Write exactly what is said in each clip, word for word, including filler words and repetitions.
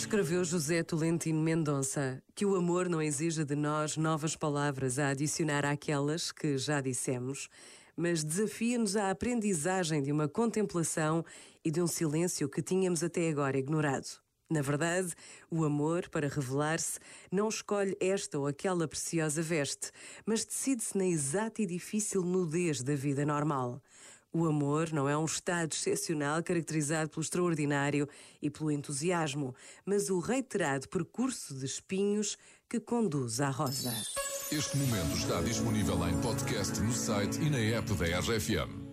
Escreveu José Tolentino Mendonça que o amor não exige de nós novas palavras a adicionar àquelas que já dissemos, mas desafia-nos à aprendizagem de uma contemplação e de um silêncio que tínhamos até agora ignorado. Na verdade, o amor, para revelar-se, não escolhe esta ou aquela preciosa veste, mas decide-se na exata e difícil nudez da vida normal. O amor não é um estado excepcional caracterizado pelo extraordinário e pelo entusiasmo, mas o reiterado percurso de espinhos que conduz à rosa. Este momento está disponível em podcast no site e na app da R F M.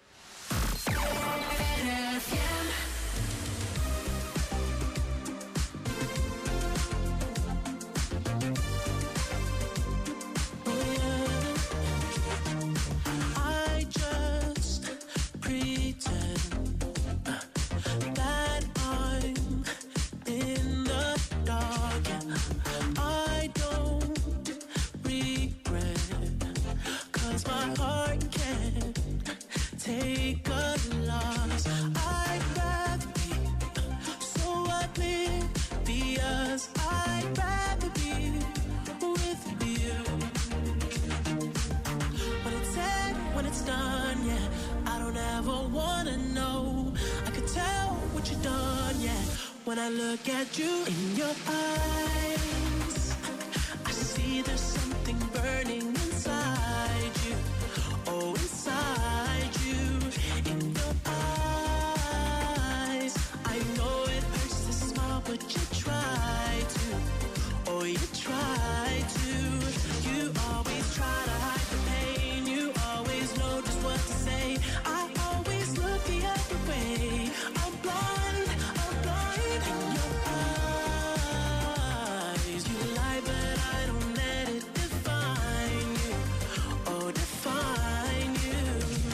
Take a loss. I'd rather be so oblivious. I'd rather be with you. When it's said, when it's done, yeah, I don't ever wanna know. I could tell what you've done, yeah. When I look at you in your eyes, I see there's something burning inside you. Oh, inside you, in your eyes. I know it hurts to smile, but you try to. Oh, you try to. You always try to hide the pain. You always know just what to say. I always look the other way. I'm blind, I'm blind in your eyes. You lie, but I don't let it define you. Oh, define you.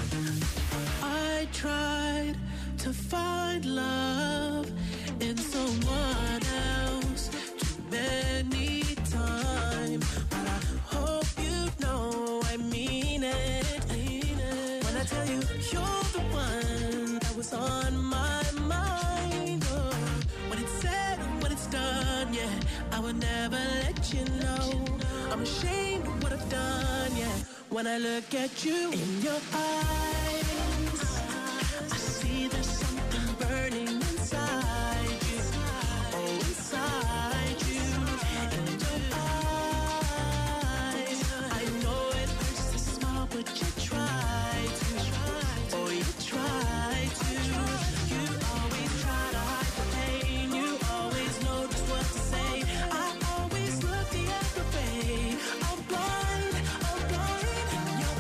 I tried to find love in someone else too many times, but I hope you know I mean it. I mean it. When I tell you you're the one that was on my mind, oh, when it's said, when it's done, yeah, I would never let you know. I'm ashamed of what I've done, yeah. When I look at you in your eyes, I see there's something burning inside you. Oh, inside you. In your eyes, I know it hurts to smile, but you try to. Oh, you try to. You always try to hide the pain. You always know just what to say. I always look the other way. I'm blind, I'm blind in your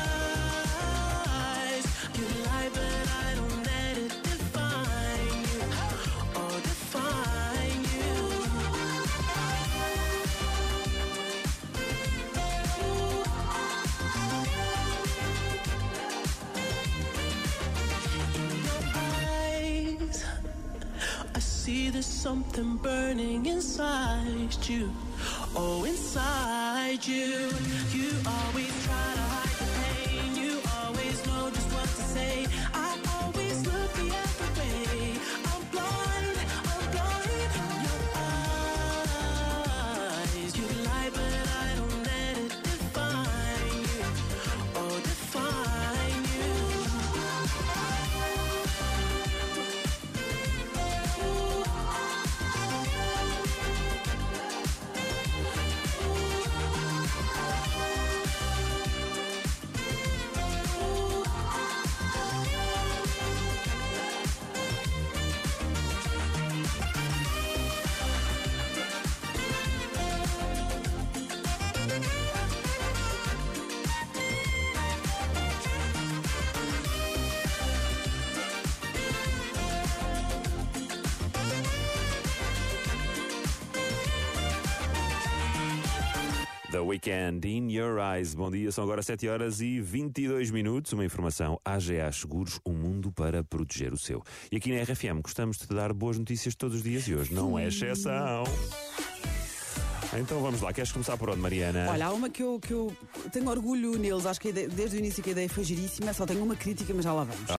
eyes. You lie, but I don't let it define you. Oh, define you. In your eyes, I see there's something burning inside you. Oh, inside you. You always try to hide the pain. You always know just what to say. I always look the other way. I'm blind, I'm blind in your eyes. You lie, but I don't let it define you. Oh, define you. The Weekend, In Your Eyes. Bom dia, são agora sete horas e vinte e dois minutos. Uma informação: A G A Seguros, um mundo para proteger o seu. E aqui na R F M gostamos de te dar boas notícias todos os dias e hoje não é exceção. Então vamos lá, queres começar por onde, Mariana? Olha, há uma que eu, que eu tenho orgulho neles, acho que a ideia, desde o início que a ideia foi giríssima, só tenho uma crítica, mas já lá vamos.